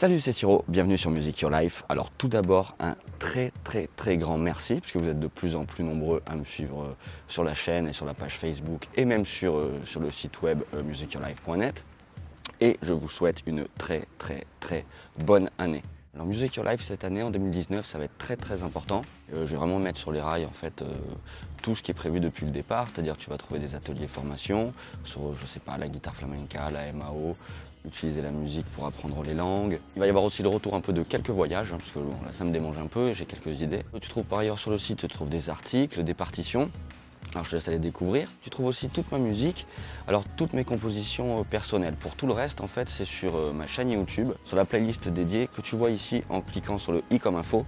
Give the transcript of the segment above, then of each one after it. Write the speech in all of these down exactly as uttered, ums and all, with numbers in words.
Salut, c'est Siro, bienvenue sur Music Your Life. Alors tout d'abord, un très très très grand merci, puisque vous êtes de plus en plus nombreux à me suivre euh, sur la chaîne et sur la page Facebook et même sur, euh, sur le site web euh, music your life point net. Et je vous souhaite une très très très bonne année. Alors Music Your Life cette année, en deux mille dix-neuf, ça va être très très important. Euh, je vais vraiment mettre sur les rails en fait euh, tout ce qui est prévu depuis le départ, c'est-à-dire que tu vas trouver des ateliers formation sur, je sais pas, la guitare flamenca, la M A O, utiliser la musique pour apprendre les langues. Il va y avoir aussi le retour un peu de quelques voyages, hein, parce que bon, là ça me démange un peu, j'ai quelques idées. Tu trouves par ailleurs sur le site, tu trouves des articles, des partitions. Alors je te laisse aller découvrir. Tu trouves aussi toute ma musique, alors toutes mes compositions euh, personnelles. Pour tout le reste, en fait, c'est sur euh, ma chaîne YouTube, sur la playlist dédiée que tu vois ici en cliquant sur le i comme info.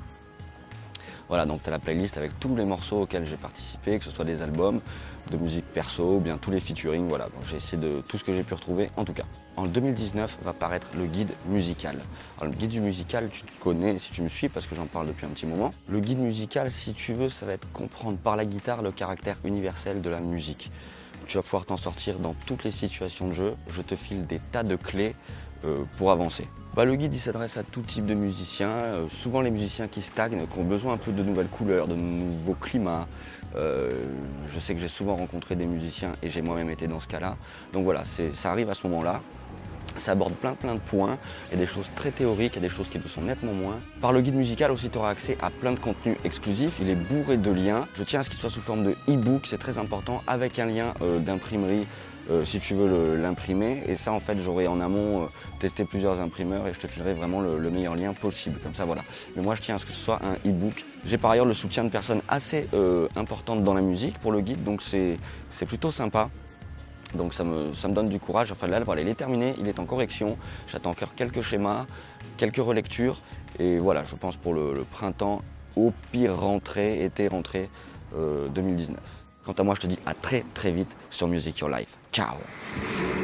Voilà, donc tu as la playlist avec tous les morceaux auxquels j'ai participé, que ce soit des albums, de musique perso, ou bien tous les featuring. Voilà, j'ai essayé de tout ce que j'ai pu retrouver en tout cas. En deux mille dix-neuf va paraître le guide musical. Alors, le guide du musical, tu te connais si tu me suis parce que j'en parle depuis un petit moment. Le guide musical, si tu veux, ça va être comprendre par la guitare le caractère universel de la musique. Tu vas pouvoir t'en sortir dans toutes les situations de jeu. Je te file des tas de clés euh, pour avancer. Bah, le guide il s'adresse à tout type de musiciens, euh, souvent les musiciens qui stagnent, qui ont besoin un peu de nouvelles couleurs, de nouveaux climats. Euh, je sais que j'ai souvent rencontré des musiciens et j'ai moi-même été dans ce cas-là. Donc voilà, ça arrive à ce moment-là. Ça aborde plein plein de points, il y a des choses très théoriques, il y a des choses qui le sont nettement moins. Par le guide musical aussi, tu auras accès à plein de contenus exclusifs, il est bourré de liens. Je tiens à ce qu'il soit sous forme de e-book, c'est très important, avec un lien euh, d'imprimerie euh, si tu veux l'imprimer. Et ça en fait, j'aurai en amont euh, testé plusieurs imprimeurs et je te filerai vraiment le, le meilleur lien possible, comme ça voilà. Mais moi je tiens à ce que ce soit un e-book. J'ai par ailleurs le soutien de personnes assez euh, importantes dans la musique pour le guide, donc c'est plutôt sympa. Donc ça me, ça me donne du courage. Enfin là, voilà, il est terminé, il est en correction. J'attends encore quelques schémas, quelques relectures. Et voilà, je pense pour le, le printemps, au pire rentrée, été rentrée euh, deux mille dix-neuf. Quant à moi, je te dis à très très vite sur Music Your Life. Ciao!